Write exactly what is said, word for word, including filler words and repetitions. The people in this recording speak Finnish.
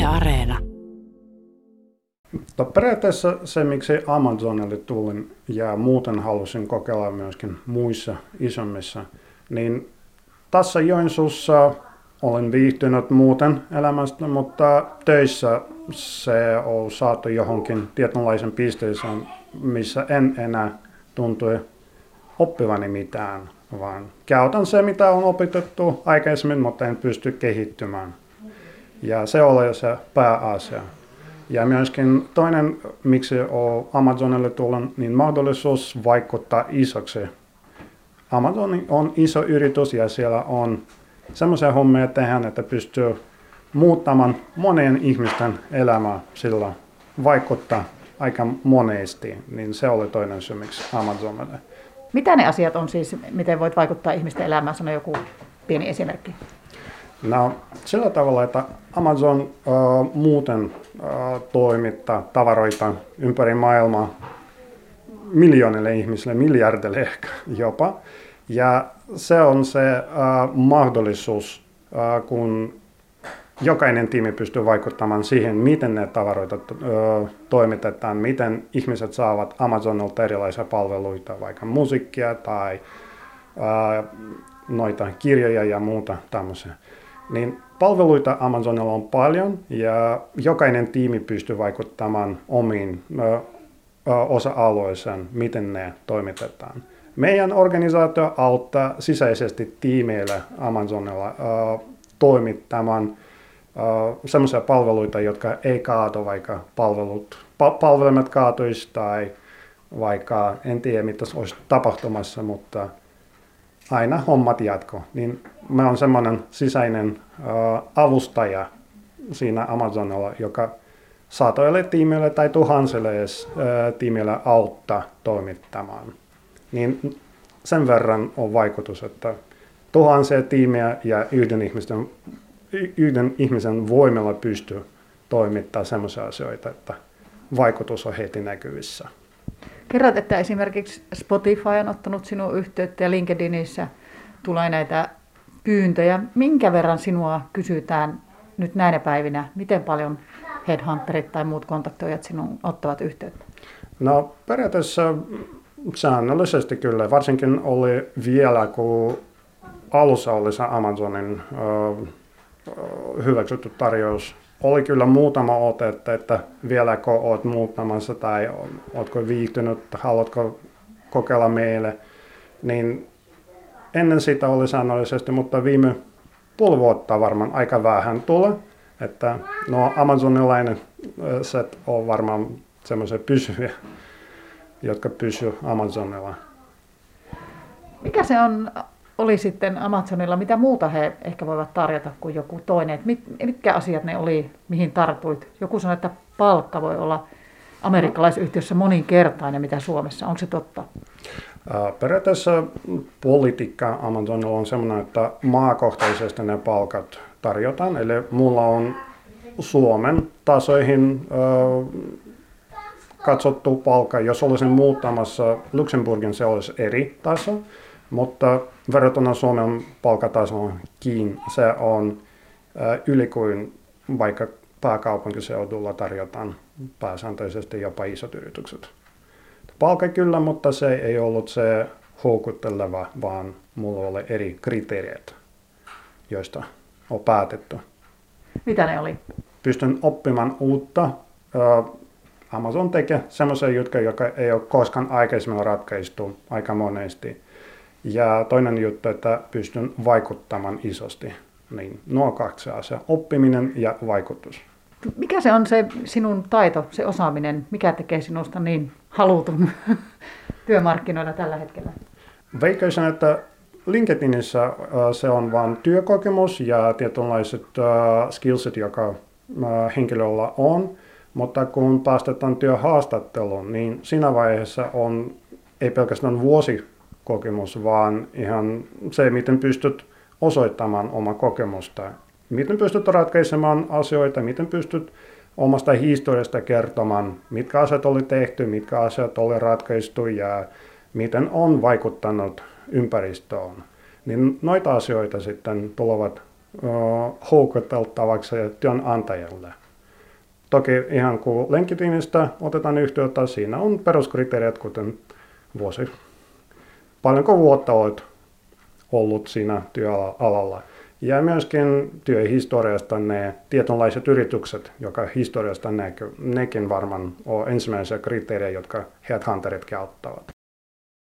Areena. No, periaatteessa se, miksi Amazonille tulin ja muuten halusin kokeilla myöskin muissa isommissa, niin tässä Joensuussa olen viihtynyt muuten elämästä, mutta töissä se on saatu johonkin tietynlaisen pisteeseen, missä en enää tuntui oppivani mitään, vaan käytän se, mitä on opetettu aikaisemmin, mutta en pysty kehittymään. Ja se oli se pääasia. Ja myöskin toinen, miksi on Amazonille tullut, niin mahdollisuus vaikuttaa isoksi. Amazon on iso yritys ja siellä on semmoisia hommia tehdään, että pystyy muuttamaan monien ihmisten elämää sillä vaikuttaa aika monesti. Niin se oli toinen syy, miksi Amazonille. Mitä ne asiat on siis, miten voit vaikuttaa ihmisten elämään? Sano joku pieni esimerkki. No, sillä tavalla, että Amazon uh, muuten uh, toimittaa tavaroita ympäri maailmaa miljoonille ihmisille, miljardille ehkä jopa. Ja se on se uh, mahdollisuus, uh, kun jokainen tiimi pystyy vaikuttamaan siihen, miten ne tavaroita uh, toimitetaan, miten ihmiset saavat Amazonilta erilaisia palveluita, vaikka musiikkia tai uh, noita kirjoja ja muuta tämmöisiä. Niin palveluita Amazonilla on paljon ja jokainen tiimi pystyy vaikuttamaan omiin ö, ö, osa-alueeseen, miten ne toimitetaan. Meidän organisaatio auttaa sisäisesti tiimeille Amazonilla ö, toimittamaan sellaisia palveluita, jotka ei kaatu, vaikka palvelut, pa- palvelemat kaatuisi tai vaikka en tiedä mitä olisi tapahtumassa, mutta aina hommat jatkuu. Niin mä oon semmoinen sisäinen uh, avustaja siinä Amazonilla, joka satoille tiimille tai tuhansille edes uh, tiimille auttaa toimittamaan. Niin sen verran on vaikutus, että tuhansia tiimiä ja yhden ihmisen, yhden ihmisen voimalla pystyy toimittamaan semmoisia asioita, että vaikutus on heti näkyvissä. Kerrot, että esimerkiksi Spotify on ottanut sinun yhteyttä ja LinkedInissä tulee näitä pyyntöjä. Minkä verran sinua kysytään nyt näinä päivinä? Miten paljon headhunterit tai muut kontaktoijat sinun ottavat yhteyttä? No periaatteessa säännöllisesti kyllä. Varsinkin oli vielä, kun alussa oli se Amazonin uh, hyväksytty tarjous. Oli kyllä muutama ote, että, että vieläkö olet muuttamassa tai oletko viihtynyt, haluatko kokeilla meille. Niin ennen sitä oli säännöllisesti, mutta viime puoli vuotta varmaan aika vähän tulee. Että no Amazonilainen set on varmaan semmoisia pysyviä, jotka pysyvät Amazonilla. Mikä se on, oli sitten Amazonilla, mitä muuta he ehkä voivat tarjota kuin joku toinen? Et mit, mitkä asiat ne oli, mihin tartuit? Joku sanoi, että palkka voi olla amerikkalaisyhtiössä moninkertainen, mitä Suomessa. Onko se totta? Uh, periaatteessa politiikka Amazonilla on sellainen, että maakohtaisesti ne palkat tarjotaan. Eli mulla on Suomen tasoihin uh, katsottu palkka. Jos olisin muuttamassa Luxemburgin, se olisi eri taso. Mutta verrattuna Suomen palkatasoonkin se on uh, yli kuin vaikka pääkaupunkiseudulla tarjotaan pääsääntöisesti jopa isot yritykset. Palkka kyllä, mutta se ei ollut se houkutteleva, vaan mulla oli eri kriteereitä, joista on päätetty. Mitä ne oli? Pystyn oppimaan uutta. Amazon tekee semmoisia juttuja, jotka ei ole koskaan aikaisemmin ratkaistu aika monesti. Ja toinen juttu, että pystyn vaikuttamaan isosti. Niin, nuo kaksi asiaa, oppiminen ja vaikutus. Mikä se on se sinun taito, se osaaminen, mikä tekee sinusta niin halutun työmarkkinoilla tällä hetkellä? Veikkaisin, että LinkedInissä uh, se on vain työkokemus ja tietynlaiset uh, skillsit, joka uh, henkilöllä on, mutta kun päästetään työhaastatteluun, niin siinä vaiheessa on ei pelkästään vuosikokemus, vaan ihan se, miten pystyt osoittamaan oma kokemusta. Miten pystyt ratkaisemaan asioita, miten pystyt omasta historiasta kertomaan, mitkä asiat oli tehty, mitkä asiat oli ratkaistu ja miten on vaikuttanut ympäristöön. Niin noita asioita sitten tulevat uh, houkuteltavaksi työnantajalle. Toki ihan kun LinkedInistä otetaan yhteyttä, siinä on peruskriteerit, kuten vuosi, paljonko vuotta olet ollut siinä työalalla. Ja myöskin työhistoriasta ne tietynlaiset yritykset, joka historiasta näkyy, nekin varmaan on ensimmäisiä kriteerejä, jotka headhunterit käyttävät.